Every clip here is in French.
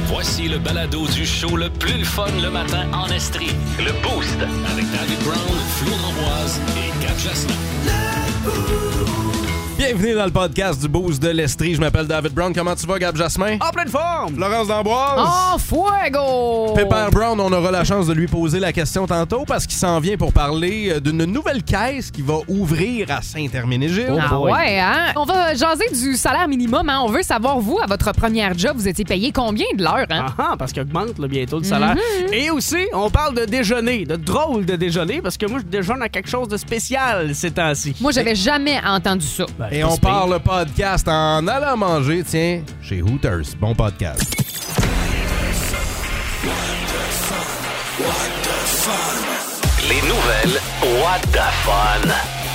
Voici le balado du show le plus fun le matin en Estrie. Le Boost avec David Brown, Flo D'Amboise et Gab Jasmin. Bienvenue dans le podcast du Boost de l'Estrie. Je m'appelle David Brown. Comment tu vas, Gab Jasmin? En pleine forme! Florence D'Amboise? En fuego! Pepper Brown, on aura la chance de lui poser la question tantôt parce qu'il s'en vient pour parler d'une nouvelle caisse qui va ouvrir à Saint-Herménégilde. Ah ouais, hein? On va jaser du salaire minimum, hein? On veut savoir, vous, à votre première job, vous étiez payé combien de l'heure, hein? Ah, parce qu'il augmente là, bientôt le salaire. Et aussi, on parle de déjeuner, de drôle de déjeuner, parce que moi, je déjeune à quelque chose de spécial ces temps-ci. Moi, j'avais jamais entendu ça. Et on parle le podcast en allant manger, tiens, chez Hooters. Bon podcast. Les nouvelles What the Fun.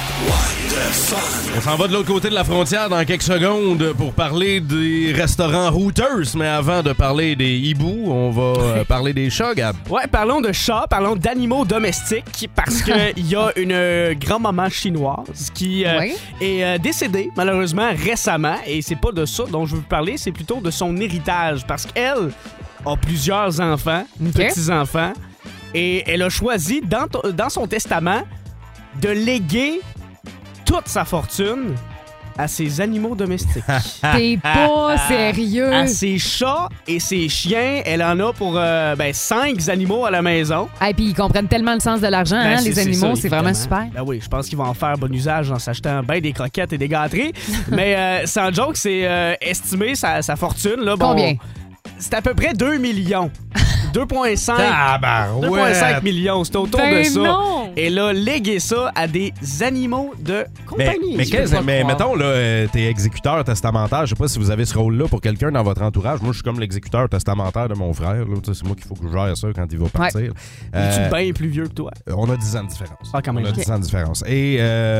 On s'en va de l'autre côté de la frontière dans quelques secondes pour parler des restaurants Hooters. Mais avant de parler des hiboux, on va parler des chats, Gab. Ouais, parlons de chats, parlons d'animaux domestiques, parce qu'il y a une grand-maman chinoise qui est décédée, malheureusement, récemment. Et c'est pas de ça dont je veux vous parler, c'est plutôt de son héritage, parce qu'elle a plusieurs enfants, petits-enfants, et elle a choisi, dans son testament, de léguer toute sa fortune à ses animaux domestiques. T'es pas sérieux? À ses chats et ses chiens. Elle en a pour 5 animaux à la maison. Et puis ils comprennent tellement le sens de l'argent, hein, les animaux, c'est vraiment super. Ben oui, je pense qu'ils vont en faire bon usage en s'achetant bien des croquettes et des gâteries. Mais sans joke, c'est estimé sa fortune. Là, bon, combien? C'est à peu près 2 millions. 2,5 2,5 millions, c'est autour de ça. Non. Elle a légué ça à des animaux de compagnie. Mais mettons, là, t'es exécuteur testamentaire. Je sais pas si vous avez ce rôle-là pour quelqu'un dans votre entourage. Moi, je suis comme l'exécuteur testamentaire de mon frère. Là. C'est moi qu'il faut que je gère ça quand il va partir. Es-tu bien plus vieux que toi? On a 10 ans de différence. Ah, quand même. On a 10 ans de différence. Et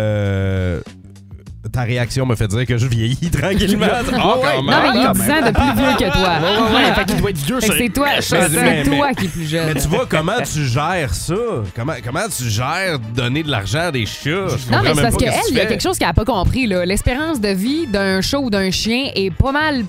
ta réaction me fait dire que je vieillis tranquillement. Non, mais il y a 10 ans de plus vieux que toi. Ouais, fait qu'il doit être vieux. Fait que c'est toi qui est plus jeune. Mais tu vois, comment tu gères ça? Comment tu gères donner de l'argent à des chats? Non, mais c'est parce qu'elle, il y a quelque chose qu'elle n'a pas compris. Là. L'espérance de vie d'un chat ou d'un chien est pas mal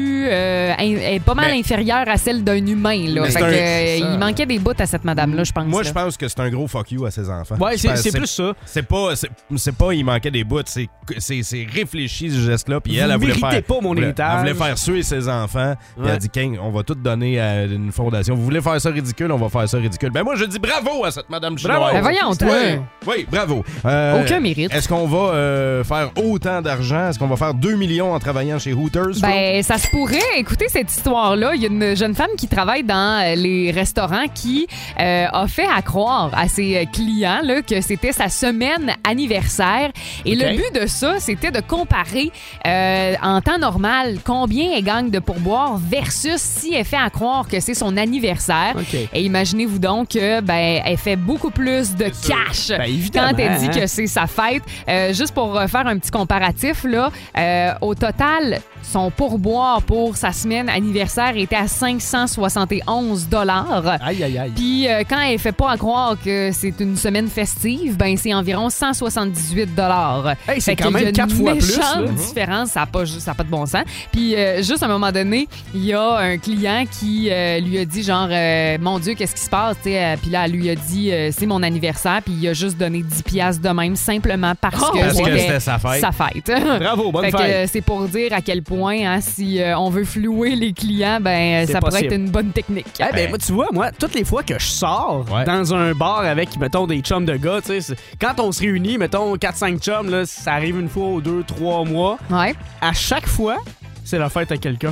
inférieure à celle d'un humain. Là. Fait que, il manquait des bouts à cette madame-là, je pense. Moi, je pense que c'est un gros fuck you à ses enfants. Ouais, c'est plus ça. C'est pas il manquait des bouts, c'est réfléchi ce geste-là. Puis elle voulait faire. Pas mon héritage. Elle voulait faire suer ses enfants. Puis elle a dit, on va tout donner à une fondation. Vous voulez faire ça ridicule, on va faire ça ridicule. Ben moi, je dis bravo à cette madame chinoise. Ben voyons, toi. Oui, bravo. Aucun mérite. Est-ce qu'on va faire autant d'argent? Est-ce qu'on va faire 2 millions en travaillant chez Hooters? Ben, ça se pourrait. Écoutez cette histoire-là. Il y a une jeune femme qui travaille dans les restaurants qui a fait à croire à ses clients là, que c'était sa semaine anniversaire. Et le but de ça, c'était de comparer en temps normal combien elle gagne de pourboire versus si elle fait à croire que c'est son anniversaire. Et imaginez-vous donc que elle fait beaucoup plus de cash quand elle dit que c'est sa fête. Juste pour faire un petit comparatif, là, au total, son pourboire pour sa semaine anniversaire était à 571 $. Aïe, aïe, aïe. Puis quand elle fait pas à croire que c'est une semaine festive, c'est environ 178 $. Hey, c'est quand même 4 fois plus. Une différence, ça n'a pas de bon sens. Puis juste à un moment donné, il y a un client qui lui a dit genre mon Dieu, qu'est-ce qui se passe? Puis là, elle lui a dit c'est mon anniversaire, puis il a juste donné 10 $, de même, simplement parce que c'était sa fête. Bravo, bonne fête. C'est pour dire à quel point, si on veut flouer les clients, ça pourrait être une bonne technique. Moi, tu vois, toutes les fois que je sors dans un bar avec, mettons, des chums de gars, quand on se réunit, mettons, 4-5 chums, là, ça arrive une fois ou 2-3 mois. À chaque fois, c'est la fête à quelqu'un.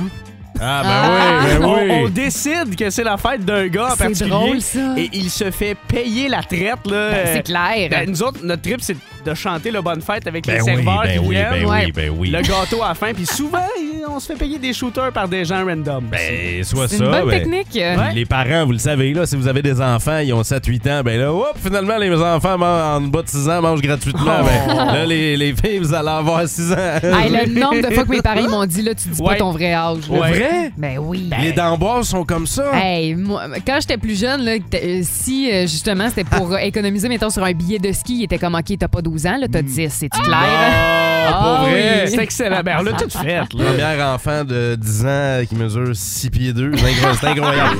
On décide que c'est la fête d'un gars en particulier. Drôle, ça. Et il se fait payer la traite. Là. C'est clair. Nous autres, notre trip, c'est de chanter le bonne fête avec les serveurs qui viennent. Le gâteau à la fin. Puis souvent, on se fait payer des shooters par des gens random. C'est une bonne technique. Les parents, vous le savez, là, si vous avez des enfants, ils ont 7-8 ans, finalement, les enfants en bas de 6 ans mangent gratuitement. Là, les filles, vous allez avoir 6 ans. Le nombre de fois que mes parents m'ont dit, là, tu dis pas ton vrai âge. Là. Vrai? Ben oui. Les d'Amboise sont comme ça. Moi, quand j'étais plus jeune, là, si justement c'était pour économiser, mettons, sur un billet de ski, il était comme, OK, t'as pas 12 ans, là, t'as 10, c'est-tu clair? pour vrai. Oui, c'est excellent. Ben, on l'a tout fait. Là. Premier enfant de 10 ans qui mesure 6 pieds 2. C'est incroyable.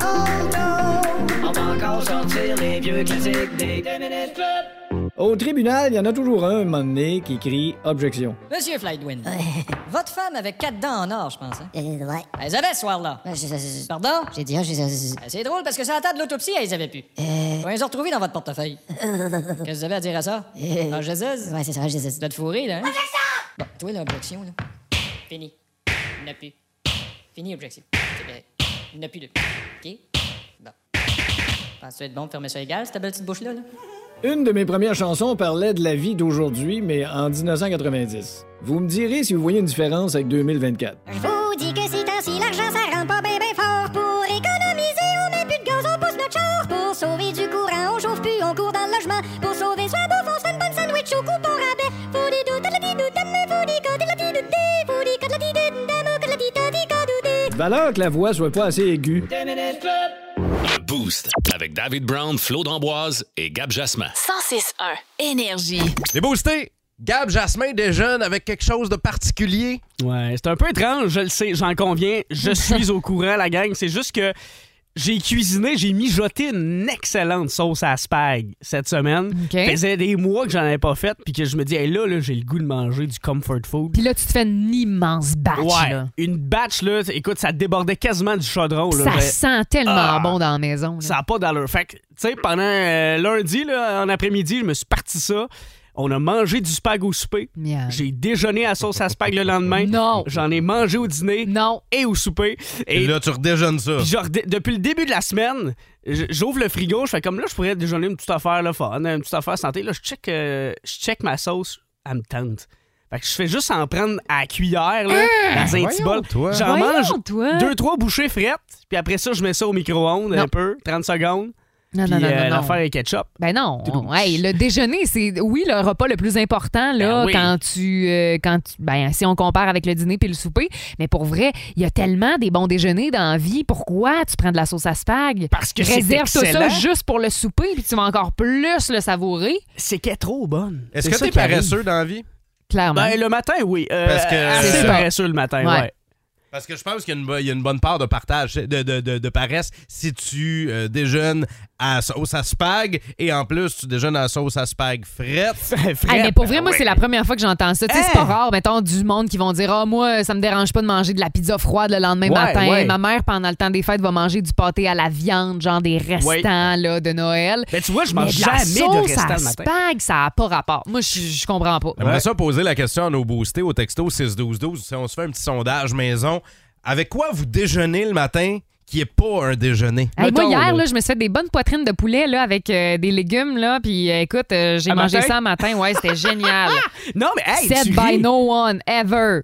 On va encore sortir les vieux classiques des 2 minutes club. Au tribunal, il y en a toujours un moment donné qui crie « Objection ». Monsieur Flightwind, votre femme avait 4 dents en or, je pense. Hein? Ouais. Elle les avait ce soir-là. Pardon? J'ai dit, C'est drôle parce que c'est à la table de l'autopsie, elle les avait plus. Vous les a retrouvés dans votre portefeuille. Qu'est-ce que vous avez à dire à ça? Ah, je sais. Ouais, c'est ça, je sais. Vous êtes fourré, là, hein? Bon, toi, l'objection, là. Fini. Il n'y en a plus. Fini, objection. C'est bien. Il n'y en a plus de. OK? Bon. Penses-tu être bon de fermer ça égal, cette belle petite bouche-là, là? Une de mes premières chansons parlait de la vie d'aujourd'hui, mais en 1990. Vous me direz si vous voyez une différence avec 2024. Je vous dis que ces temps-ci, l'argent, ça rentre pas bien fort. Pour économiser, on met plus de gaz, on pousse notre char. Pour sauver du courant, on chauffe plus, on court dans le logement. Pour sauver soit bouffe, on se fait une bonne sandwich au coupon rabais. Faut des doutes, la di doute, mais faut des cotes, la di doute, faut des cotes, la di doute, dame, que la di doute, Valeur que la voix soit pas assez aiguë. 2 minutes club. Le Boost avec David Brown, Flo d'Amboise et Gab Jasmin. 106.1 Énergie. Les boostés. Gab Jasmin déjeune avec quelque chose de particulier. Ouais, c'est un peu étrange, je le sais, j'en conviens. Je suis au courant, la gang. C'est juste que j'ai mijoté une excellente sauce à spag cette semaine. OK. Ça faisait des mois que j'en avais pas fait, puis que je me dis, hey, là, j'ai le goût de manger du comfort food. Puis là, tu te fais une immense batch. Ouais, Là. une batch, là, écoute, ça débordait quasiment du chaudron. Là, Ça sent tellement bon dans la maison. Là. Ça n'a pas d'allure. Fait que, tu sais, pendant lundi, là, en après-midi, je me suis parti ça. On a mangé du spag au souper. Miam. J'ai déjeuné à sauce à spag le lendemain. Non. J'en ai mangé au dîner. Non. Et au souper. Et là, tu redéjeunes ça. Puis genre, depuis le début de la semaine, j'ouvre le frigo, je fais comme là, je pourrais déjeuner une petite affaire là, fun, une petite affaire santé. Là, je check ma sauce, elle me tente. Fait que je fais juste en prendre à la cuillère, là, dans un petit bol. toi. J'en mange toi. 2-3 bouchées frettes, puis après ça, je mets ça au micro-ondes un peu, 30 secondes. Non, Puis non, non, non, non. l'affaire est ketchup. Ben non. Hey, le déjeuner, c'est, oui, le repas le plus important, là, Ben oui. ben, si on compare avec le dîner puis le souper. Mais pour vrai, il y a tellement des bons déjeuners dans la vie. Pourquoi tu prends de la sauce à spag? Parce que c'est Réserve-toi excellent. ça juste pour le souper, puis tu vas encore plus le savourer. C'est qu'elle est trop bonne. Est-ce C'est que ça t'es qui arrive. paresseux dans la vie? Clairement. Ben, le matin, oui. Parce que- assez C'est ça. paresseux le matin, Ouais. ouais. Parce que je pense qu'il y a une bonne part de partage, de paresse si tu déjeunes à sauce à spag et en plus tu déjeunes à sauce à spag frette. Hey, mais pour vrai, moi, c'est la première fois que j'entends ça. Tu sais, c'est pas rare, mettons, du monde qui vont dire « Ah, moi, ça me dérange pas de manger de la pizza froide le lendemain matin. ouais. Ma mère, pendant le temps des fêtes, va manger du pâté à la viande, genre des restants là, de Noël. Ben, tu vois, je Mais mange de la jamais de sauce restant à le matin. spag, ça n'a pas rapport. Moi, je comprends pas. J'aimerais ça poser la question à nos boostés au texto 6-12-12. Si on se fait un petit sondage maison, avec quoi vous déjeunez le matin qui est pas un déjeuner? Hey, moi, Mettons, hier, là. là, je me suis fait des bonnes poitrines de poulet là, avec des légumes. Là, puis écoute, j'ai À mangé matin? ça un matin. Ouais, c'était génial. Non, mais hey, Said tu by ris. no one ever.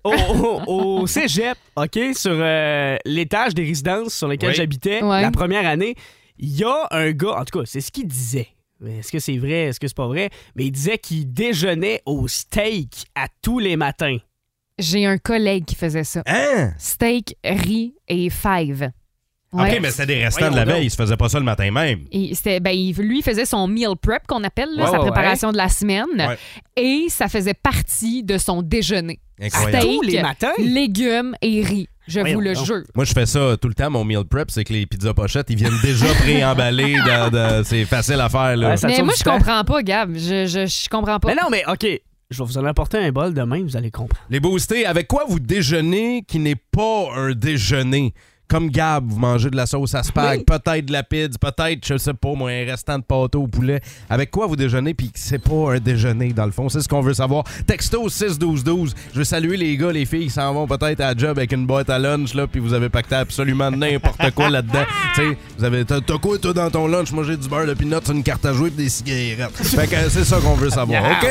Au cégep, OK, sur l'étage des résidences sur lesquelles Oui. j'habitais Ouais. la première année, il y a un gars, en tout cas, c'est ce qu'il disait. Mais est-ce que c'est vrai, est-ce que c'est pas vrai? Mais il disait qu'il déjeunait au steak à tous les matins. J'ai un collègue qui faisait ça. Hein? Steak, riz et fèves. Ouais. OK, mais c'était des restants de Voyons la veille. donc. Il se faisait pas ça le matin même. Et lui, il faisait son meal prep, qu'on appelle, là, Ouais, sa ouais, préparation de la semaine. Ouais. Et ça faisait partie de son déjeuner. Incroyable. Steak, Tous les matins? légumes et riz. Je Voyons vous le donc. jure. Moi, je fais ça tout le temps, mon meal prep, c'est que les pizzas pochettes, ils viennent déjà pré-emballés. C'est facile à faire, là. Ouais, ça te Mais sauve moi, du je temps. comprends pas, Gab. Je comprends pas. Mais non, mais OK, je vais vous en apporter un bol demain, vous allez comprendre. Les boostés, avec quoi vous déjeunez qui n'est pas un déjeuner? Comme Gab, vous mangez de la sauce à spag, Oui. peut-être de la pizza, peut-être, je sais pas, moi, un restant de pâteau au poulet. Avec quoi vous déjeunez puis que c'est pas un déjeuner, dans le fond? C'est ce qu'on veut savoir. Texto 6-12-12. Je veux saluer les gars, les filles qui s'en vont peut-être à la job avec une boîte à lunch, là, puis vous avez pacté absolument n'importe quoi là-dedans. Tu sais, vous avez, t'as quoi, toi, dans ton lunch? Moi, j'ai du beurre de peanuts, une carte à jouer puis des cigarettes. Fait que c'est ça qu'on veut savoir, OK?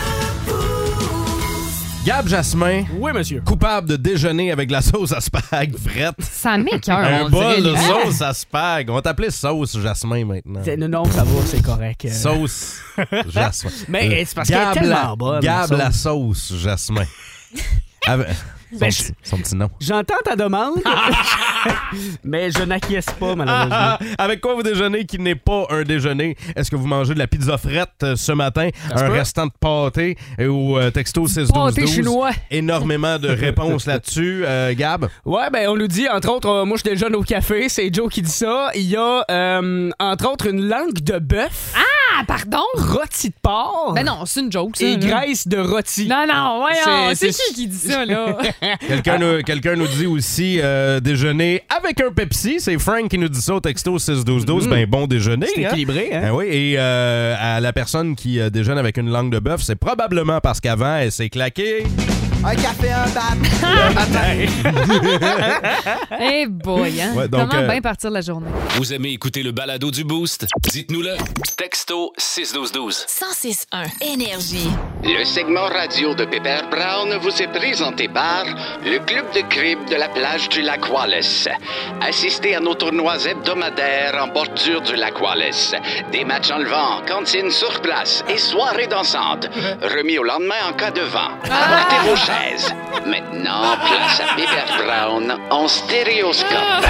Gab Jasmin, Oui, monsieur. coupable de déjeuner avec de la sauce à spag frette. Ça m'écoeure. Un on bol de dirait. sauce à spag. On va t'appeler sauce Jasmin maintenant. Non, ça va, c'est correct. Sauce Jasmin. Mais c'est parce qu'elle est Gab tellement bonne, Gab la la sauce Jasmin. Son petit nom. J'entends ta demande, mais je n'acquiesce pas, malheureusement. Avec quoi vous déjeunez qui n'est pas un déjeuner? Est-ce que vous mangez de la pizza frette ce matin? Un restant de pâté ou texto 6-12-12? Pâté chinois. Énormément de réponses là-dessus. Gab? Ouais, ben on nous dit, entre autres, moi je déjeune au café, c'est Joe qui dit ça. Il y a, entre autres, une langue de bœuf. Ah, pardon? Rôti de porc. Ben non, c'est une joke, ça. Et là. graisse de rôti. Non, voyons. C'est c'est- qui dit ça, là? Quelqu'un nous dit aussi déjeuner avec un Pepsi. C'est Frank qui nous dit ça au texto 6-12-12. Ben bon déjeuner. C'est équilibré, hein? Ben oui, et à la personne qui déjeune avec une langue de bœuf, c'est probablement parce qu'avant, elle s'est claquée. Un café, un bat. Eh boy, hein? Ouais, donc, Comment bien partir la journée? Vous aimez écouter le balado du Boost? Dites-nous-le. Texto 61212. 106.1 Énergie. Le segment radio de Pepper Brown vous est présenté par le Club de crib de la plage du lac Wallace. Assistez à nos tournois hebdomadaires en bordure du lac Wallace. Des matchs en levant, cantine sur place et soirées dansantes. Remis au lendemain en cas de vent. Apportez vos chaises. Maintenant, place à Pepper Brown en stéréoscope.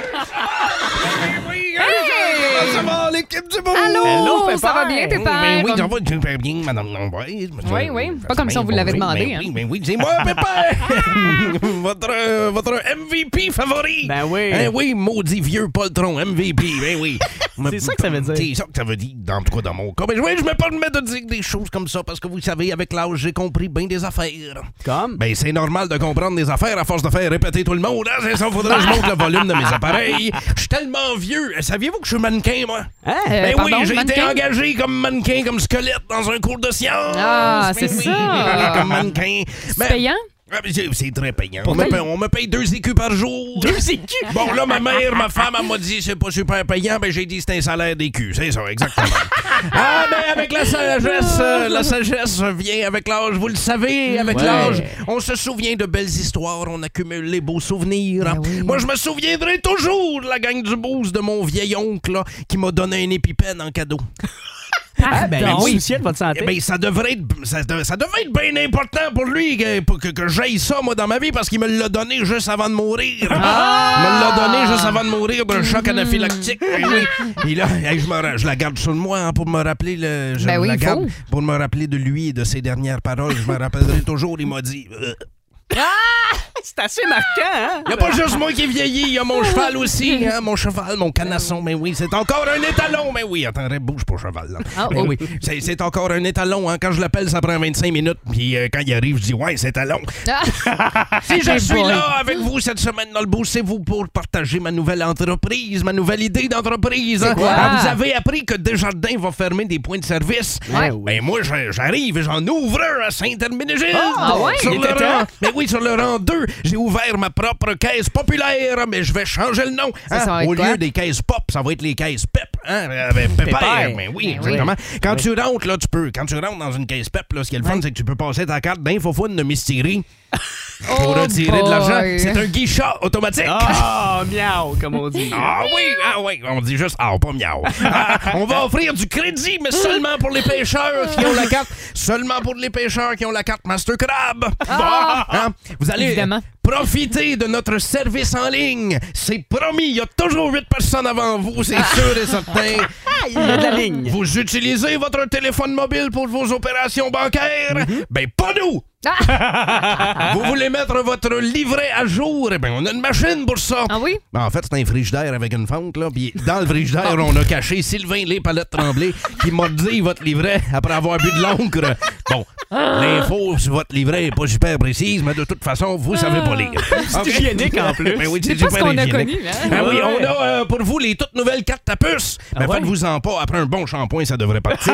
Ça va, l'équipe du beau? Allô, ça va bien, Pépère? Ben oui, ça va super bien, madame. Oui. Pas comme si on vous l'avait demandé. Hein. Oui, c'est moi, Pépère! votre MVP favori! Ben oui. Hein, oui, maudit vieux poltron, MVP, ben oui. C'est ça que ça veut dire. C'est ça que ça veut dire, en tout cas dans mon cas. Mais oui, je me permets de dire des choses comme ça parce que vous savez, avec l'âge, j'ai compris bien des affaires. Comme? Ben, c'est normal de comprendre des affaires à force de faire répéter tout le monde. Hein? C'est ça, faudrait que je monte le volume de mes appareils. Je suis tellement vieux. Saviez-vous que je suis mannequin, moi? Hein? Ben pardon, oui, j'ai été mannequin? engagé comme mannequin, comme squelette dans un cours de sciences. Ah, c'est Ben oui, ça. comme mannequin. C'est payant? Ah, mais c'est très payant. On me paye 2 écus par jour. 2 écus? Bon, là, ma femme, elle m'a dit c'est pas super payant. Ben, j'ai dit c'est un salaire d'écus. C'est ça, exactement. Ah, mais avec la sagesse vient avec l'âge. Vous le savez, avec l'âge, on se souvient de belles histoires. On accumule les beaux souvenirs. Ben oui. Moi, je me souviendrai toujours de la gang du Boost de mon vieil oncle là, qui m'a donné un épipène en cadeau. Ah, ben Pardon? oui, soucier de votre santé. Ben, ça devait être bien important pour lui que j'aille ça, moi, dans ma vie, parce qu'il me l'a donné juste avant de mourir. Il me l'a donné juste avant de mourir d'un choc anaphylactique. Et là, je la garde sur moi hein, pour me rappeler Ben oui, la il garde faut. pour me rappeler de lui et de ses dernières paroles. Je me rappellerai toujours, il m'a dit... C'est assez marquant, hein? Il n'y a pas juste moi qui vieillis, il y a mon cheval aussi, hein, mon cheval, mon canasson, mais oui, c'est encore un étalon, mais oui, attends, bouge pas, cheval, là. Ah, Mais oui, c'est encore un étalon, hein, quand je l'appelle, ça prend 25 minutes, puis quand il arrive, je dis, ouais, c'est étalon. Si je suis là avec vous cette semaine dans le Boost, c'est vous pour partager ma nouvelle entreprise, ma nouvelle idée d'entreprise. Hein. quoi? Ah, vous avez appris que Desjardins va fermer des points de service. Ouais. Ben moi, j'arrive et j'en ouvre un à Saint-Herménégilde. Ah ouais? Sur Il le était rang, temps. mais oui, sur le rang 2, j'ai ouvert ma propre caisse populaire, mais je vais changer le nom. Ça va être Au quoi? lieu des caisses pop, ça va être les caisses PEP. Hein? Avec Pépère. Pépère. Mais oui, Ben exactement. Quand tu rentres, là, quand tu rentres dans une caisse PEP, là, ce qui est le fun, c'est que tu peux passer ta carte d'infofoune de Mystery pour retirer de l'argent. C'est un guichet automatique. Ah, miaou, comme on dit. Ah oui, on dit juste ah, pas miaou. On va offrir du crédit, mais seulement pour les pêcheurs qui ont la carte. Seulement pour les pêcheurs qui ont la carte Mastercrab. Hein? Vous allez Évidemment. profiter de notre service en ligne. C'est promis, il y a toujours 8 personnes avant vous, c'est sûr et certain. Il y a de la ligne. Vous utilisez votre téléphone mobile pour vos opérations bancaires? Ben, pas nous! Vous voulez mettre votre livret à jour? Eh bien, on a une machine pour ça. Ah oui? Ben, en fait, c'est un frigidaire avec une fente, là. Puis dans le frigidaire, on a caché Sylvain Les Palettes Tremblay qui mordit votre livret après avoir bu de l'encre. Bon, l'info sur votre livret n'est pas super précise, mais de toute façon, vous savez pas lire. C'est hygiénique en plus. Ben oui, C'est pas ce super qu'on a hygiénique. connu, hein? Ben oui, on a pour vous les toutes nouvelles cartes à puce. Ben ouais? faites-vous-en pas, après un bon shampoing, ça devrait partir.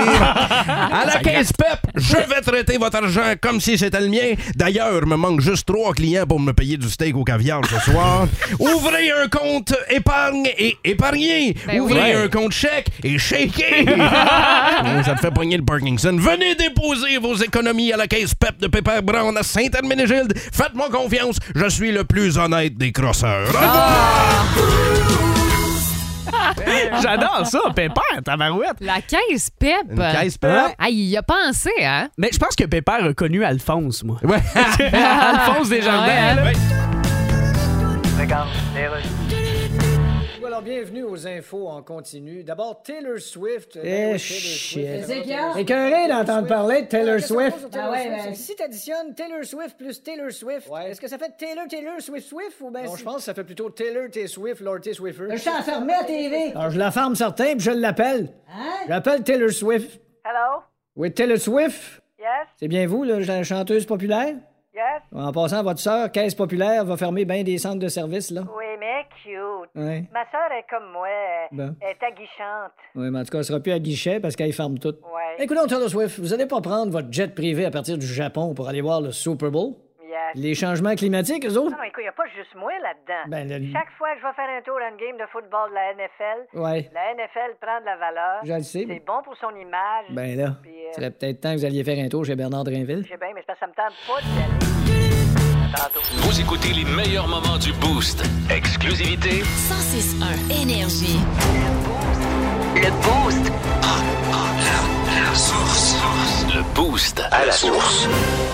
À la caisse PEP, je vais traiter votre argent comme si c'était le mien. D'ailleurs, il me manque juste 3 clients pour me payer du steak au caviar ce soir. Ouvrez un compte épargne et épargnez. Ben Ouvrez oui. un compte chèque et shaker. Ça te fait pogner le Parkinson. Venez déposer vos économies à la caisse PEP de Pepper Brown à Saint-Herménégilde. Faites-moi confiance, je suis le plus honnête des crosseurs. J'adore ça, Pépère, tabarouette. La caisse PEP. Une caisse PEP. Ah, il y a pensé, hein? Mais je pense que Pépère a connu Alphonse, moi. Ouais. Alphonse Desjardins. Ouais, là. Regarde, les rues. Alors, bienvenue aux infos en continu. D'abord, Taylor Swift. shit. C'est écœuré d'entendre parler de Taylor Swift. Ah ouais, ben, si t'additionnes Taylor Swift plus Taylor Swift, est-ce que ça fait Taylor, Swift ou ben... Non, je pense que ça fait plutôt Taylor, T. Swift, Lord T. Swiffer. Je t'ai enfermé à TV. Alors, je la ferme certain, puis je l'appelle. Hein? J'appelle Taylor Swift. Hello? Oui, Taylor Swift. Yes? C'est bien vous, là, la chanteuse populaire? Yes? En passant, votre sœur, Caisse populaire, va fermer bien des centres de services, là. Oui, mais cute. Oui. Ma sœur est comme moi. Bon. Elle est aguichante. Oui, mais en tout cas, elle sera plus à guichet parce qu'elle ferme tout. Ouais. Écoutez, Taylor Swift, vous allez pas prendre votre jet privé à partir du Japon pour aller voir le Super Bowl? Yes. Les changements climatiques, eux autres? Non, écoute, il n'y a pas juste moi là-dedans. Ben, Chaque fois que je vais faire un tour à une game de football de la NFL, Ouais. la NFL prend de la valeur. Je le sais. C'est bon pour son image. Ben là, Puis, il serait peut-être temps que vous alliez faire un tour chez Bernard Drinville. Je sais bien, mais c'est parce que ça me tente pas d'y aller. Tantôt. Vous écoutez les meilleurs moments du Boost. Exclusivité 106.1 Énergie. Le Boost. La source. Le Boost à la source.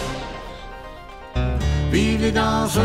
Vive les danseurs,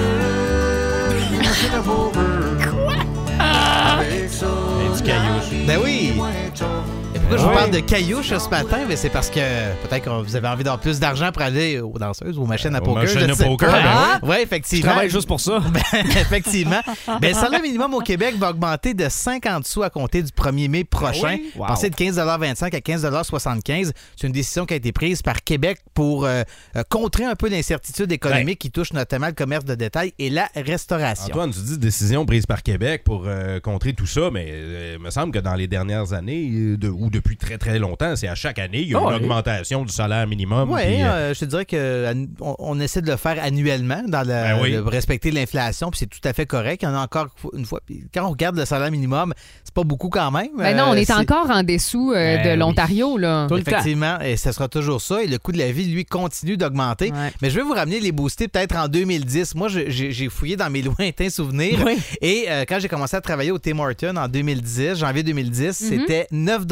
une machine à vapeur. Quoi? Avec ça, du caillouche. Ben oui. Et pourquoi je vous parle de caillouche ce matin? Ben c'est parce que peut-être que vous avez envie d'avoir plus d'argent pour aller aux danseuses ou aux machines à poker. Machines à poker, oui, effectivement. Je travaille juste pour ça. Effectivement. Ben, le salaire minimum au Québec va augmenter de 50 sous à compter du 1er mai prochain. Oui? Wow. Passer de 15,25 à 15,75 C'est une décision qui a été prise par Québec pour contrer un peu l'incertitude économique qui touche notamment le commerce de détail et la restauration. Antoine, tu dis décision prise par Québec pour contrer tout ça, mais il me semble que dans les dernières années, ou depuis très très longtemps, c'est à chaque année, il y a une augmentation du salaire minimum. Oui, puis, je te dirais qu'on essaie de le faire annuellement, de respecter l'inflation, puis c'est tout à fait correct. Il y en a encore une fois. Puis quand on regarde le salaire minimum, c'est pas beaucoup quand même. Ben non, on est encore en dessous de l'Ontario, là. Effectivement, et ce sera toujours ça. Et le coût de la vie, lui, continue d'augmenter. Ouais. Mais je vais vous ramener les boostés peut-être en 2010. Moi, j'ai fouillé dans mes lointains souvenirs. Oui. Et quand j'ai commencé à travailler au Tim Hortons en 2010, janvier 2010, c'était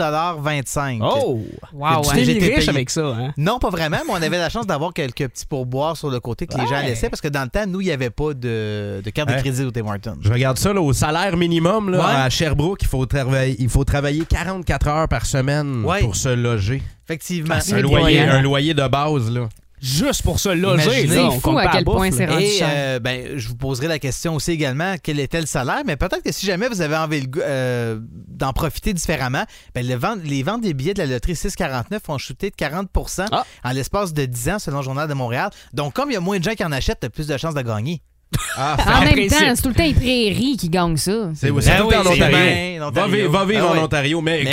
9,25 $. Oh! Wow! J'étais riche avec ça, hein? Non, pas vraiment, mais on avait la chance d'avoir quelques petits pourboires sur le côté que les gens laissaient parce que dans le temps, nous, il n'y avait pas de carte de crédit au Tim Hortons. Je regarde ça là, au salaire minimum là, à Sherbrooke, il faut travailler 44 heures par semaine pour se loger. Effectivement. Un loyer de base, là. Juste pour se loger. C'est fou à quel point c'est rendu cher. Et je vous poserai la question aussi également, quel était le salaire? Mais peut-être que si jamais vous avez envie d'en profiter différemment, les ventes des billets de la loterie 649 ont chuté de 40 en l'espace de 10 ans selon le Journal de Montréal. Donc, comme il y a moins de gens qui en achètent, tu as plus de chances de gagner. En même temps, c'est tout le temps les prairies qui gagnent ça. C'est tout le temps en Ontario. Va vivre en Ontario. Mais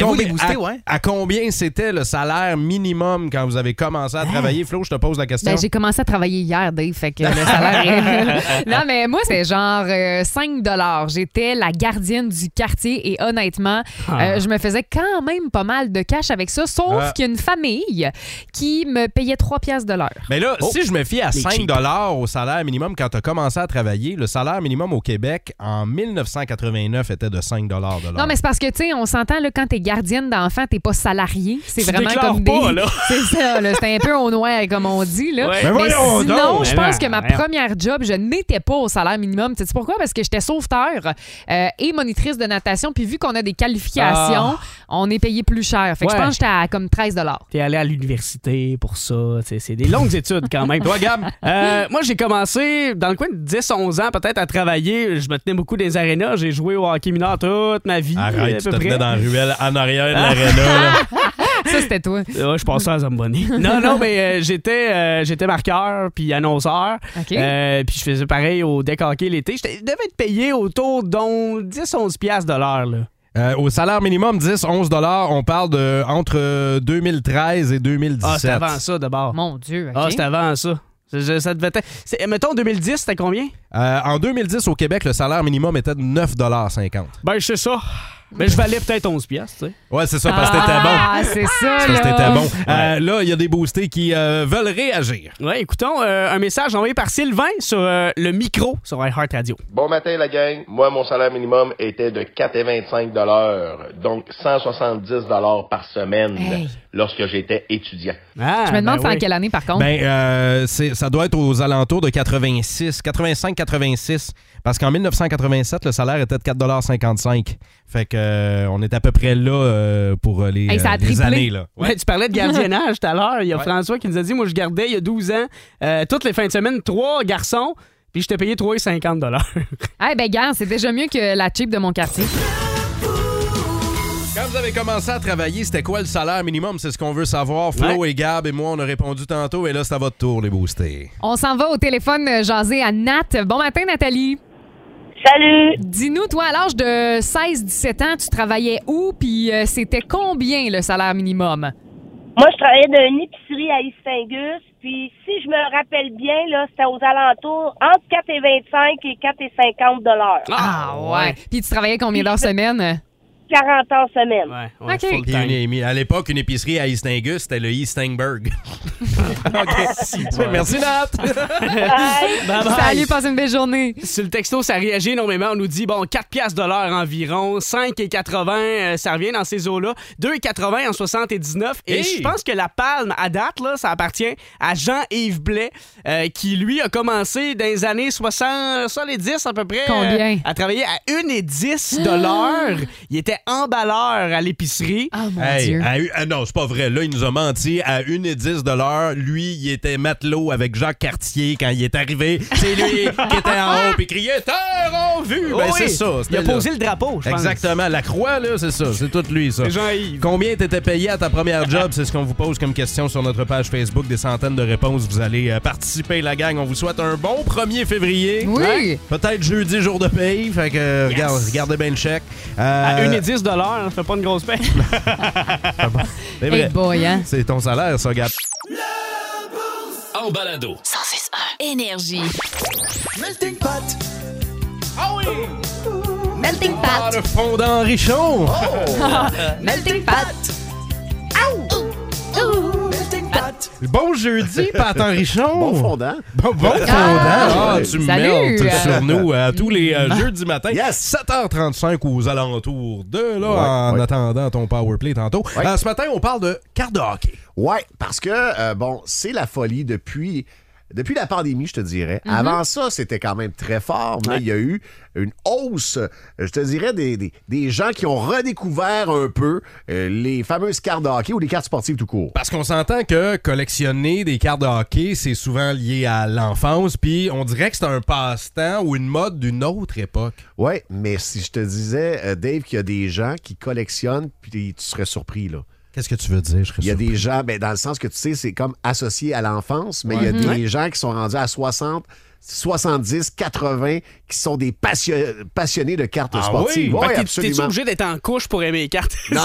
à combien c'était le salaire minimum quand vous avez commencé à travailler? Flo, je te pose la question. Ben, j'ai commencé à travailler hier, Dave, fait que le salaire est... Non, mais moi, c'est genre 5 $. J'étais la gardienne du quartier et honnêtement, je me faisais quand même pas mal de cash avec ça, sauf qu'il y a une famille qui me payait 3 piastres de l'heure. Mais là, si je me fie à 5 $ au salaire minimum quand tu as commencé à travailler, le salaire minimum au Québec en 1989 était de 5 $ de l'heure. Non, mais c'est parce que, tu sais, on s'entend, là, quand t'es gardienne d'enfant, t'es pas salarié. C'est vraiment comme pas, là. C'est ça, là. C'est un peu au noir, comme on dit, là. Ouais. Mais sinon, je pense que ma première job, je n'étais pas au salaire minimum. Tu sais pourquoi? Parce que j'étais sauveteur et monitrice de natation. Puis vu qu'on a des qualifications, on est payé plus cher. Fait que je pense que j'étais à comme 13 $. T'es allé à l'université pour ça. C'est des longues études quand même. Toi, Gab? Moi, j'ai commencé dans le coin de 10-11 ans peut-être à travailler. Je me tenais beaucoup des arénas. J'ai joué au hockey mineur toute ma vie. Arrête, tu te tenais dans la ruelle en arrière de l'aréna. Ça, c'était toi. Ouais, je passais à Zamboni. Non, mais j'étais marqueur puis annonceur. Okay. Puis je faisais pareil au deck hockey l'été. Je devais être payé autour de 10-11 piastres de l'heure, là. Au salaire minimum, 10-11 $, on parle de entre 2013 et 2017. Ah, c'était avant ça, d'abord. Mon Dieu, OK. Ah, c'était avant ça. Ça devait être... Mettons, 2010, c'était combien? En 2010, au Québec, le salaire minimum était de 9,50 $. Ben, je sais ça. Mais je valais peut-être 11 piastres, tu sais. Ouais, c'est ça, parce que t'étais bon. Ah, c'est ça, Parce que là. t'étais bon. Là, il y a des boostés qui veulent réagir. Ouais, écoutons un message envoyé par Sylvain sur le micro sur iHeart Radio. Bon matin, la gang. Moi, mon salaire minimum était de 4,25 $, donc 170 $ par semaine lorsque j'étais étudiant. Je me demande c'est en quelle année, par contre. Ça doit être aux alentours de 85-86. Parce qu'en 1987, le salaire était de 4,55 $. Fait que on est à peu près là pour les années. Là. Ouais, tu parlais de gardiennage tout à l'heure. Il y a François qui nous a dit, moi, je gardais il y a 12 ans, toutes les fins de semaine, 3 garçons, puis je t'ai payé 3,50 $. Gars, c'est déjà mieux que la cheap de mon quartier. Quand vous avez commencé à travailler, c'était quoi le salaire minimum? C'est ce qu'on veut savoir. Flo et Gab et moi, on a répondu tantôt. Et là, c'est à votre tour, les boostés. On s'en va au téléphone jaser à Nat. Bon matin, Nathalie. Salut! Dis-nous, toi, à l'âge de 16-17 ans, tu travaillais où? Puis c'était combien le salaire minimum? Moi, je travaillais dans une épicerie à Istingus. Puis, si je me rappelle bien, là, c'était aux alentours entre 4,25 et 4,50 $. Ah ouais. Puis tu travaillais combien d'heures semaine? 40 heures semaine. Ouais, OK. Puis à l'époque, une épicerie à Eastingus, c'était le Eastingburg. Merci, Nat. Bye. Salut, passe une belle journée. Sur le texto, ça réagit énormément. On nous dit, 4 piastres de l'heure environ, 5,80, ça revient dans ces eaux-là, 2,80 en 79. Et je pense que la palme, à date, là, ça appartient à Jean-Yves Blais, qui, lui, a commencé dans les années 70 à peu près. Combien? À travailler à 1,10 $ de l'heure. Il était emballeur à l'épicerie. Ah, mon Dieu. Non, c'est pas vrai. Là, il nous a menti. À 1,10 $, lui, il était matelot avec Jacques Cartier quand il est arrivé. C'est lui qui était en haut et criait « Terre en vue! » c'est ça. Il a posé le drapeau, je pense. Exactement. La croix, là, c'est ça. C'est tout lui, ça. C'est Jean-Yves. Combien t'étais payé à ta première job? C'est ce qu'on vous pose comme question sur notre page Facebook. Des centaines de réponses. Vous allez participer, la gang. On vous souhaite un bon 1er février. Oui. Peut-être jeudi, jour de paye. Fait que regardez bien le chèque. À 1,10 $, ça fait pas une grosse paye. C'est vrai. Hey boy, hein? C'est ton salaire, ça, Gab. En balado. 106.1 Énergie. Melting pot. Ah oui! Melting pot. Le fondant Richon. Melting pot. Melting pot. Bon jeudi, Pat Richon. Bon fondant. Bon fondant. Tu meltes sur nous tous les jeudis matin. Yes. 7h35 aux alentours de là, en attendant ton powerplay tantôt. Ce matin, on parle de cartes de hockey. Ouais, parce que, c'est la folie depuis la pandémie, je te dirais. Avant ça, c'était quand même très fort, mais il y a eu une hausse, je te dirais, des gens qui ont redécouvert un peu les fameuses cartes de hockey ou les cartes sportives tout court. Parce qu'on s'entend que collectionner des cartes de hockey, c'est souvent lié à l'enfance, puis on dirait que c'est un passe-temps ou une mode d'une autre époque. Oui, mais si je te disais, Dave, qu'il y a des gens qui collectionnent, puis tu serais surpris, là. Qu'est-ce que tu veux dire? Il y a des gens, dans le sens que tu sais, c'est comme associé à l'enfance, mais il y a des gens qui sont rendus à 60, 70, 80, qui sont des passionnés de cartes sportives. Oui, absolument. T'es-tu obligé d'être en couche pour aimer les cartes? Non.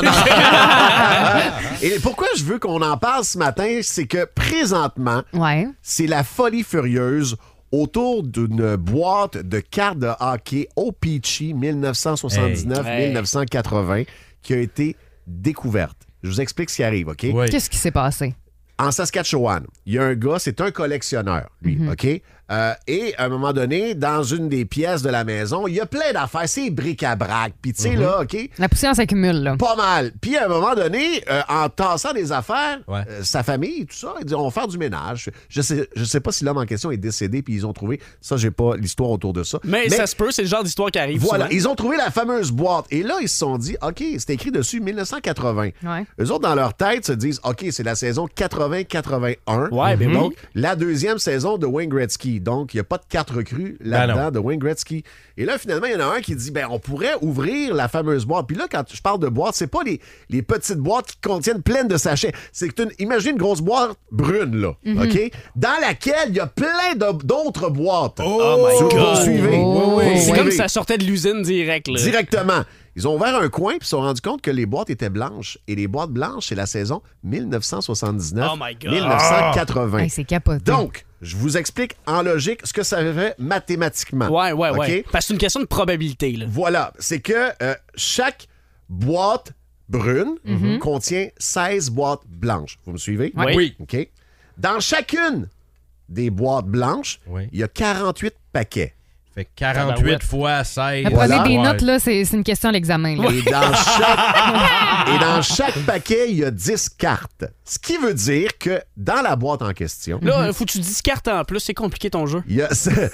Et pourquoi je veux qu'on en parle ce matin, c'est que présentement, c'est la folie furieuse autour d'une boîte de cartes de hockey O-Pee-Chee 1979-1980 qui a été découverte. Je vous explique ce qui arrive, OK? Oui. Qu'est-ce qui s'est passé? En Saskatchewan, il y a un gars, c'est un collectionneur, lui, OK? Et à un moment donné, dans une des pièces de la maison, il y a plein d'affaires. C'est bric-à-brac. Puis tu sais, là, OK? La poussière s'accumule, là. Pas mal. Puis à un moment donné, en tassant des affaires, sa famille, tout ça, ils disent, on va faire du ménage. Je sais pas si l'homme en question est décédé, puis ils ont trouvé... Ça, j'ai pas l'histoire autour de ça. Mais ça se peut, c'est le genre d'histoire qui arrive Voilà, souvent. ils ont trouvé la fameuse boîte. Et là, ils se sont dit, OK, c'est écrit dessus 1980. Eux autres, dans leur tête, se disent, OK, c'est la saison 80-81. Donc, la deuxième saison de Wayne Gretzky. Donc, il n'y a pas de carte recrue là-dedans de Wayne Gretzky. Et là, finalement, il y en a un qui dit, on pourrait ouvrir la fameuse boîte. Puis là, quand je parle de boîte, c'est pas les petites boîtes qui contiennent plein de sachets. C'est imagine une grosse boîte brune, là, OK? Dans laquelle il y a plein d'autres boîtes. Oh my God! Suivez. C'est comme si ça sortait de l'usine direct, là. Directement. Ils ont ouvert un coin puis se sont rendus compte que les boîtes étaient blanches. Et les boîtes blanches, c'est la saison 1979-1980. Hey, c'est capoté. Donc, je vous explique en logique ce que ça fait mathématiquement. Ouais. Okay? Parce que c'est une question de probabilité, là. Voilà. C'est que chaque boîte brune contient 16 boîtes blanches. Vous me suivez? Oui. OK. Dans chacune des boîtes blanches, il y a 48 paquets. Fait 48 fois 16. Prenez des notes, là, c'est une question à l'examen. Là. Et dans chaque paquet, il y a 10 cartes. Ce qui veut dire que dans la boîte en question... Là, faut que tu 10 cartes en plus. C'est compliqué ton jeu. Il y a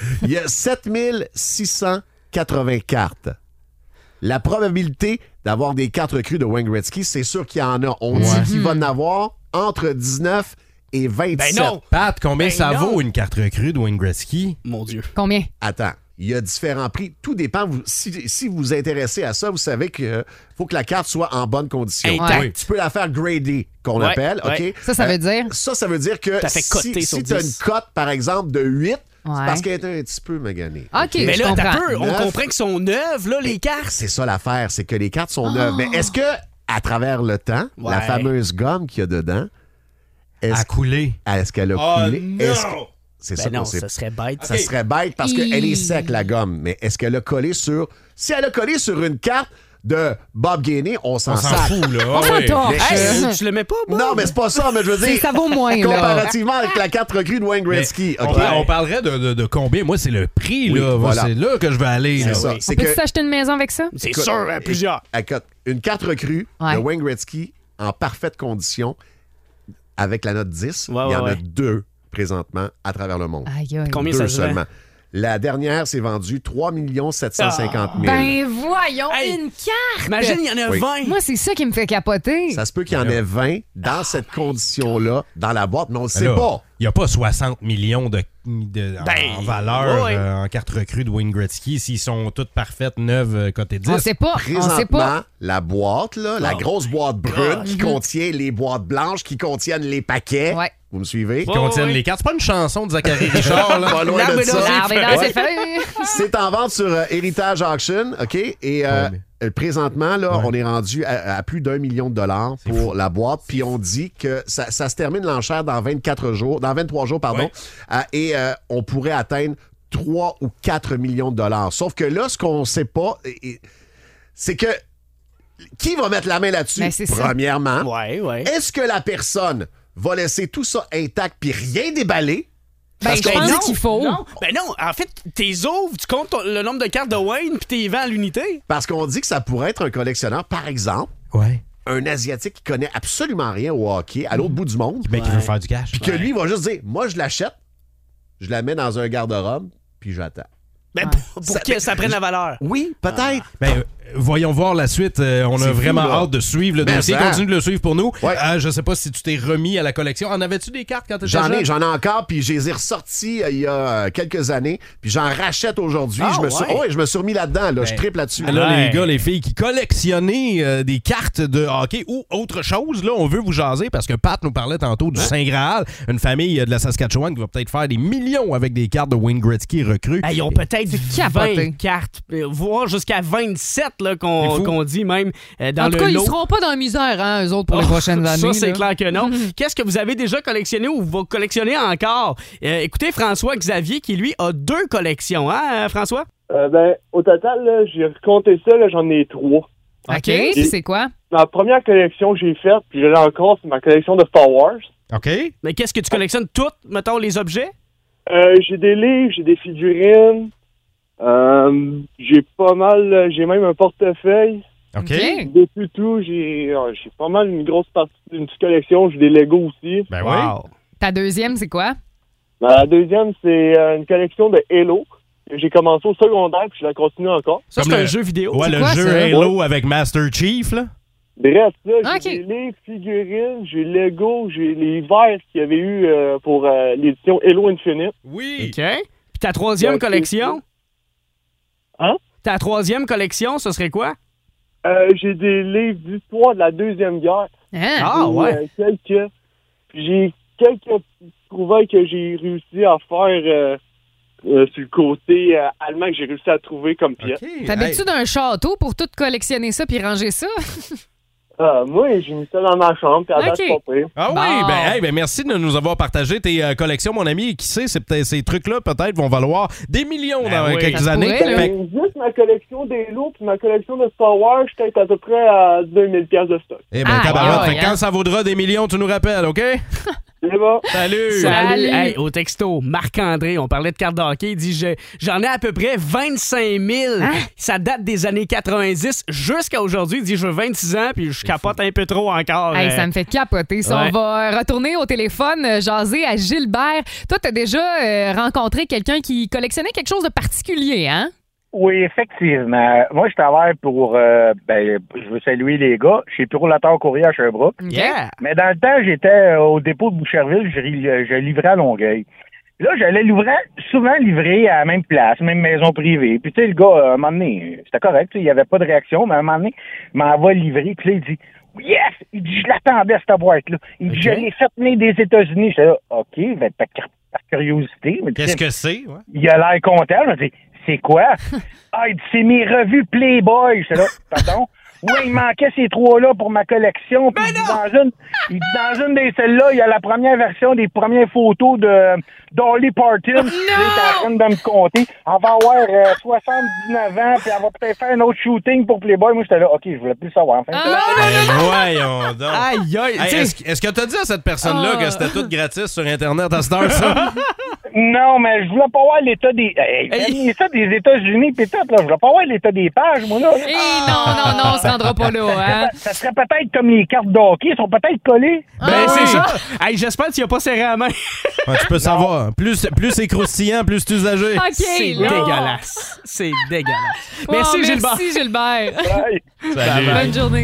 7680 cartes. La probabilité d'avoir des cartes recrues de Wayne Gretzky, c'est sûr qu'il y en a. On dit qu'il va en avoir entre 19 et 27. Ben non! Pat, combien ça vaut une carte recrue de Wayne Gretzky? Mon Dieu. Combien? Attends. Il y a différents prix. Tout dépend. Si vous vous intéressez à ça, vous savez qu'il faut que la carte soit en bonne condition. Ouais. Tu peux la faire gradée, qu'on appelle. OK? Ça veut dire? Ça veut dire que si tu as une cote, par exemple, de 8, c'est parce qu'elle est un petit peu maganée. OK, mais là, on 9, comprend qu'ils sont neuves, là, les cartes. C'est ça l'affaire, c'est que les cartes sont neuves. Mais est-ce que, à travers le temps, la fameuse gomme qu'il y a dedans, a coulé? Est-ce qu'elle a coulé? Non! C'est ça qu'on sait. Ça serait bête. Ça serait bête parce qu'elle est sec, la gomme. Mais est-ce qu'elle a collé sur... Si elle a collé sur une carte de Bob Gainey, on s'en fout, là. On s'en torche. Tu le mets pas, Bob? Non, mais c'est pas ça, mais je veux dire... Ça vaut moins, là. Comparativement avec la carte recrue de Wayne Gretzky. On parlerait de combien? Moi, c'est le prix, là. Voilà. C'est là que je vais aller. C'est là. ça. On peut-tu s'acheter une maison avec ça? C'est sûr, plusieurs. Une carte recrue de Wayne Gretzky en parfaite condition avec la note 10, il y en a 2 présentement à travers le monde. Aïe, aïe. Combien 2 ça se vend? seulement. La dernière s'est vendue 3 750 000. Ben voyons, une carte! Imagine, il y en a 20. Moi, c'est ça qui me fait capoter. Ça se peut qu'il y en ait 20 dans cette condition-là, dans la boîte, mais on ne le sait pas. Il n'y a pas 60 millions en valeur en carte recrue de Wayne Gretzky s'ils sont toutes parfaites, neuves, côté 10. On sait pas. Présentement, la boîte, là, la grosse boîte brune qui contient les boîtes blanches, qui contiennent les paquets. Ouais. Vous me suivez? Qui contiennent les cartes. C'est pas une chanson de Zachary Richard, là. Pas loin de ça. C'est fait. C'est en vente sur Heritage Auction, OK? Et présentement, là, on est rendu à plus d'1 million de dollars pour la boîte. Puis on dit que ça se termine l'enchère dans 23 jours, pardon. Et on pourrait atteindre 3 ou 4 millions de dollars. Sauf que là, ce qu'on sait pas, c'est que qui va mettre la main là-dessus? Ben, Premièrement, est-ce que la personne va laisser tout ça intact puis rien déballer? Ben, je pense qu'il faut. Non. Ben non, en fait, t'es ouvres, tu comptes le nombre de cartes de Wayne puis t'es vends à l'unité. Parce qu'on dit que ça pourrait être un collectionneur, par exemple, un Asiatique qui connaît absolument rien au hockey à l'autre bout du monde. Ben, qui veut faire du cash. Puis que lui, il va juste dire, moi, je l'achète, je la mets dans un garde-robe, puis j'attends. Ben, pour que ça prenne la valeur. Oui, peut-être. Ben, voyons voir la suite. On a vraiment hâte de suivre le dossier. Continue de le suivre pour nous. Je sais pas si tu t'es remis à la collection. En avais-tu des cartes quand tu étais jeune? J'en ai encore, puis je les ai ressorties il y a quelques années, puis j'en rachète aujourd'hui. Je me suis remis là-dedans. Là. Je triple là-dessus. Là, les gars, les filles qui collectionnaient des cartes de hockey ou autre chose, là, on veut vous jaser parce que Pat nous parlait tantôt du Saint-Graal, une famille de la Saskatchewan qui va peut-être faire des millions avec des cartes de Wayne Gretzky recrues. Ils ont peut-être 20 cartes, voire jusqu'à 27 là, qu'on dit même dans en tout cas, le lot. ils seront pas dans la misère, hein, eux autres, pour les prochaines années. Ça, c'est là. clair que non. Qu'est-ce que vous avez déjà collectionné ou vous collectionnez encore? Écoutez, François Xavier, qui lui a 2 collections, hein, François? Au total, là, j'ai compté ça, là, j'en ai 3. OK, puis c'est quoi? Ma première collection que j'ai faite, puis je l'ai encore, c'est ma collection de Star Wars. OK. Mais qu'est-ce que tu collectionnes toutes, mettons, les objets? J'ai des livres, j'ai des figurines. J'ai pas mal, j'ai même un portefeuille. OK. Depuis tout, j'ai pas mal une grosse partie d'une petite collection. J'ai des Legos aussi. Ben wow. Ta deuxième, c'est quoi? La deuxième, c'est une collection de Halo. J'ai commencé au secondaire, puis je la continue encore. Ça, c'est un jeu vidéo. Ouais, le jeu Halo avec Master Chief, là. Bref, là, j'ai des livres, figurines, j'ai Lego, j'ai les verres qu'il y avait eu pour l'édition Halo Infinite. Oui. OK. Puis ta troisième collection? Hein? Ta troisième collection, ce serait quoi? J'ai des livres d'histoire de la Deuxième Guerre. Ouais. J'ai quelques trouvailles que j'ai réussi à faire sur le côté allemand que j'ai réussi à trouver comme pièce. T'habites-tu d'un château pour tout collectionner ça puis ranger ça? Moi, j'ai mis ça dans ma chambre, puis à date, c'est pas pire. Ah oui, ben merci de nous avoir partagé tes collections, mon ami. Qui sait, ces trucs-là, peut-être, vont valoir des millions dans quelques années. Juste ma collection d'Halo puis ma collection de Star Wars, je suis à peu près à 2000$ de stock. Eh bien, tabarouette, quand ça vaudra des millions, tu nous rappelles, OK? C'est bon. Salut! Hey, au texto, Marc-André, on parlait de cartes de hockey, il dit j'en ai à peu près 25 000. Ça date des années 90 jusqu'à aujourd'hui. Il dit je veux 26 ans puis je capote un peu trop encore. Hey, ça me fait capoter. Ça, on va retourner au téléphone, jaser à Gilbert. Toi, t'as déjà rencontré quelqu'un qui collectionnait quelque chose de particulier, hein? Oui, effectivement. Moi, je travaille pour, je veux saluer les gars, chez Purolateur Courrier à Sherbrooke. Yeah! Mais dans le temps, j'étais au dépôt de Boucherville, je livrais à Longueuil. Là, j'allais souvent livrer à la même place, même maison privée. Puis, tu sais, le gars, à un moment donné, c'était correct, il n'y avait pas de réaction, mais à un moment donné, il m'en va livrer. Puis là, il dit, yes! Il dit, je l'attendais, cette boîte-là. Il dit, je l'ai fait venir des États-Unis. J'étais là, OK, ben, par curiosité. Mais qu'est-ce que c'est? Ouais. Il a l'air content. Je me dis, c'est quoi? Il dit, c'est mes revues Playboy. J'étais là, pardon? Oui, il manquait ces trois-là pour ma collection. Puis il dit, dans une des celles-là, il y a la première version des premières photos de Dolly Parton. Il est en train de me compter. Elle va avoir 79 ans, puis elle va peut-être faire un autre shooting pour Playboy. Moi, j'étais là, OK, je voulais plus savoir. Enfin, voyons donc. Aïe, aïe. Est-ce que t'as dit à cette personne-là que c'était tout gratis sur Internet à cette heure, ça? Non, mais je voulais pas voir l'état des... ça des États-Unis, pis tout, là. Je voulais pas voir l'état des pages, moi, là. Non, on se rendra pas là, hein? Ça serait peut-être comme les cartes de hockey, ils sont peut-être collées. C'est ça. Hey, j'espère que tu n'as pas serré la main. Tu peux savoir. Plus c'est croustillant, plus c'est usagé. OK, c'est dégueulasse. C'est dégueulasse. Wow, merci, Gilbert. Merci, Gilbert. Salut. Bonne journée.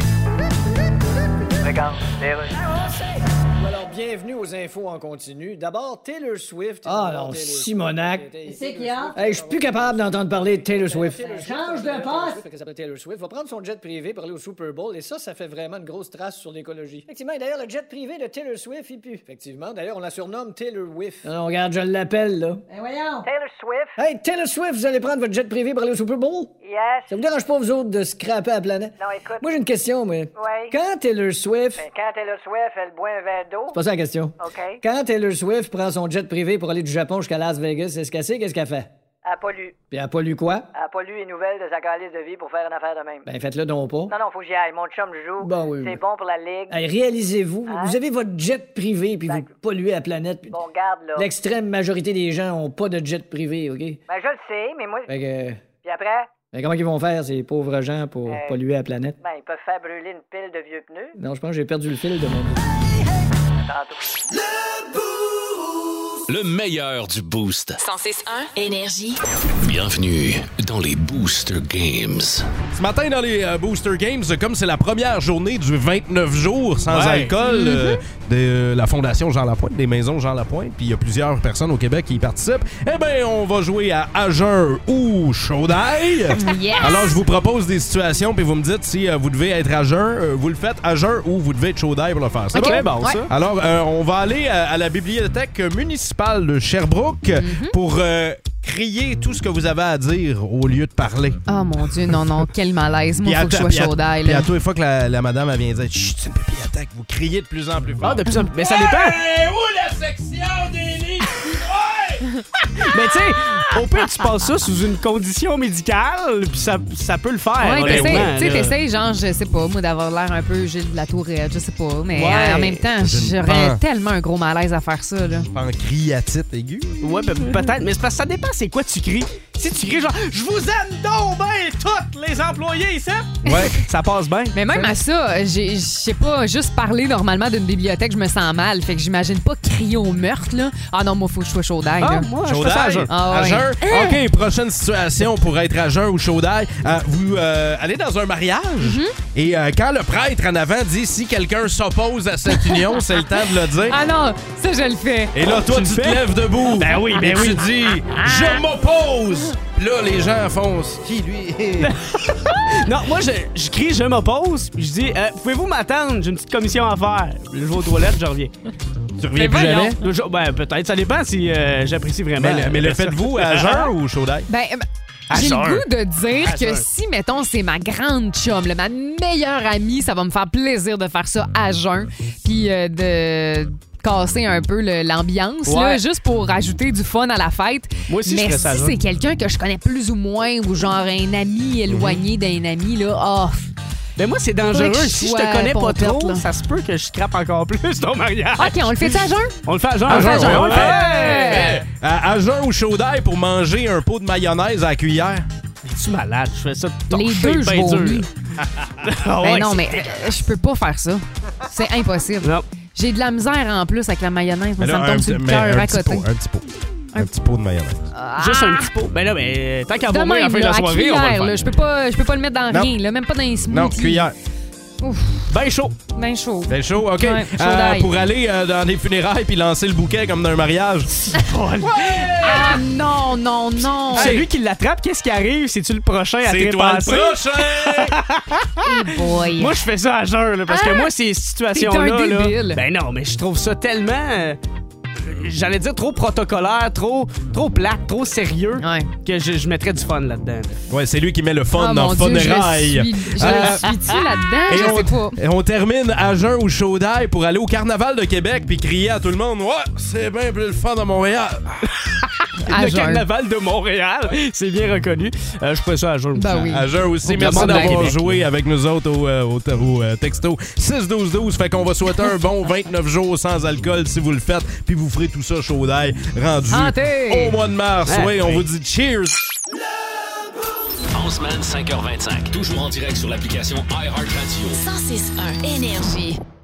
Alors, bienvenue aux infos en continu. D'abord, Taylor Swift. Ah non, Simonac. C'est qui, hein? Hey, je suis plus capable d'entendre parler de Taylor Swift. Change de poste. Elle s'appelle Taylor Swift va prendre son jet privé pour aller au Super Bowl et ça fait vraiment une grosse trace sur l'écologie. Effectivement, et d'ailleurs, le jet privé de Taylor Swift, il pue. Effectivement, d'ailleurs, on la surnomme Taylor Whiff. Non, regarde, je l'appelle, là. Ben voyons. Taylor Swift. Hey, Taylor Swift, vous allez prendre votre jet privé pour aller au Super Bowl? Yes. Ça vous dérange pas, vous autres, de scraper la planète? Non, écoute. Moi, j'ai une question, mais... Oui. Quand Taylor Swift... Ben, quand Taylor Swift, elle boit un verre d'eau... C'est pas ça la question. OK. Quand Taylor Swift prend son jet privé pour aller du Japon jusqu'à Las Vegas, c'est ce qu'elle sait, qu'est-ce qu'elle fait? Elle pollue. Puis elle pollue quoi? Elle pollue les nouvelles de sa calice de vie pour faire une affaire de même. Ben, faites-le donc pas. Non, faut que j'y aille. Mon chum joue. Bon, oui. C'est bon pour la ligue. Hey, réalisez-vous, Hein? vous avez votre jet privé, puis vous polluez la planète. Puis Bon, garde, là. l'extrême majorité des gens ont pas de jet privé, OK? Ben, je le sais, mais moi... Fait que... Puis après? Ben, comment ils vont faire, ces pauvres gens, pour polluer la planète? Ben, ils peuvent faire brûler une pile de vieux pneus. Non, je pense que j'ai perdu le fil de mon... Tantôt. Le meilleur du Boost. 106.1 Énergie. Bienvenue dans les Booster Games. Ce matin, dans les Booster Games, comme c'est la première journée du 29 jours sans alcool de la Fondation Jean Lapointe, des maisons Jean Lapointe, puis il y a plusieurs personnes au Québec qui y participent, eh bien, on va jouer à jeun ou chaud d'ail. Yes. Alors, je vous propose des situations, puis vous me dites si vous devez être à jeun, vous le faites à jeun ou vous devez être chaud d'ail pour le faire. C'est bon, ça? Alors, on va aller à la bibliothèque municipale de Sherbrooke pour crier tout ce que vous avez à dire au lieu de parler. Oh mon Dieu, non, quel malaise. Moi, il faut que je sois chaud d'ail. Puis à tous les fois que la madame elle vient dire « Chut, c'est une bibliothèque », vous criez de plus en plus fort. Ah, de plus en plus. Mais ça dépend. Où la section des livres? Mais tu sais, au pire, tu passes ça sous une condition médicale, puis ça peut le faire. Ouais, t'essayes, genre, je sais pas, moi, d'avoir l'air un peu Gilles de la Tourette, je sais pas, mais en même temps, j'aurais tellement un gros malaise à faire ça, là. En criatite aiguë? Ouais, peut-être, mais c'est parce que ça dépend c'est quoi tu cries. Si tu cries genre « Je vous aime donc bien toutes les employés ici! » Ouais. Ça passe bien. Mais même à ça, je sais pas, juste parler normalement d'une bibliothèque, je me sens mal. Fait que j'imagine pas crier au meurtre, là. Ah non, moi, faut que je sois chaud d'ail, là. Moi, chaud d'ail? À jeun? OK, prochaine situation pour être à jeun ou chaud d'ail. Vous allez dans un mariage et quand le prêtre en avant dit si quelqu'un s'oppose à cette union, c'est le temps de le dire. Ah non, ça, je le fais. Et là, toi, tu te lèves debout. Ben oui, et tu dis je m'oppose. Là, les gens font qui, lui? Non, moi, je crie, je m'oppose, puis je dis, pouvez-vous m'attendre? J'ai une petite commission à faire. Je vais aux toilettes, je reviens. Tu reviens plus jamais? Ben, peut-être, ça dépend si j'apprécie vraiment. Mais le faites-vous à jeun ou chaud d'ail? Ben, J'ai jeun. le goût de dire À que jeun. si, mettons, c'est ma grande chum, là, ma meilleure amie, ça va me faire plaisir de faire ça à jeun. Puis de casser un peu l'ambiance, là, Ouais. juste pour rajouter du fun à la fête. Moi aussi, je Mais ferais ça à si jeun. c'est quelqu'un que je connais plus ou moins, ou genre un ami éloigné d'un ami, là, Ben moi, c'est dangereux. Faudrait que je Si je sois te connais pas pompette, trop, là. ça se peut que je scrape encore plus ton mariage. OK, on le fait à jeun? On le fait à jeun. À jeun, on le fait. ouais. À jeun ou chaud d'ail pour manger un pot de mayonnaise à la cuillère. Es-tu malade? Je fais ça Les deux, je bien vomis. dur. Ah Ben ouais, non, c'est mais je peux pas faire ça. C'est impossible. Non. J'ai de la misère en plus avec la mayonnaise. Mais Ça là, me tombe sur le mais cœur un à petit côté. pot, un petit pot de mayonnaise. Juste un petit pot. Ben là, ben, tant qu'à De vomir à la même, fin de là, la à soirée, on va le cuillère, faire. là, je peux pas le mettre dans Non. rien, là, même pas dans les smoothies. Non, cuillère. Ouf, Ben chaud. ben chaud. Ben chaud, OK. Ouais, chaud d'ail. Pour aller dans des funérailles puis lancer le bouquet comme dans un mariage. Ah non, non, non. Celui qui l'attrape, qu'est-ce qui arrive? C'est-tu le prochain à C'est toi le trépasser? prochain! Hey boy. Moi, je fais ça à jeun, là, parce que moi, ces situations-là... T'es un là, débile. ben non, mais je trouve ça tellement... j'allais dire trop protocolaire, trop plate, trop sérieux, que je mettrais du fun là-dedans. Ouais, c'est lui qui met le fun Ah, dans mon Dieu, Funérailles. je suis-tu là-dedans? Et Je sais pas. et on termine à jeun ou chaud d'ail pour aller au Carnaval de Québec puis crier à tout le monde « Ouais, c'est bien plus le fun à Montréal! » Le carnaval de Montréal, c'est bien reconnu. Je ferais ça à jeun. Ben oui. À jeun aussi. Au Merci Carnaval de d'avoir Québec. joué avec nous autres au texto 6-12-12. Fait qu'on va souhaiter un bon 29 jours sans alcool si vous le faites. Puis vous ferez tout ça chaud d'ail rendu Santé! au mois de mars. Ah, Oui, on oui. vous dit cheers! En semaine, 5h25. Toujours en direct sur l'application iHeartRadio. 106.1 Énergie.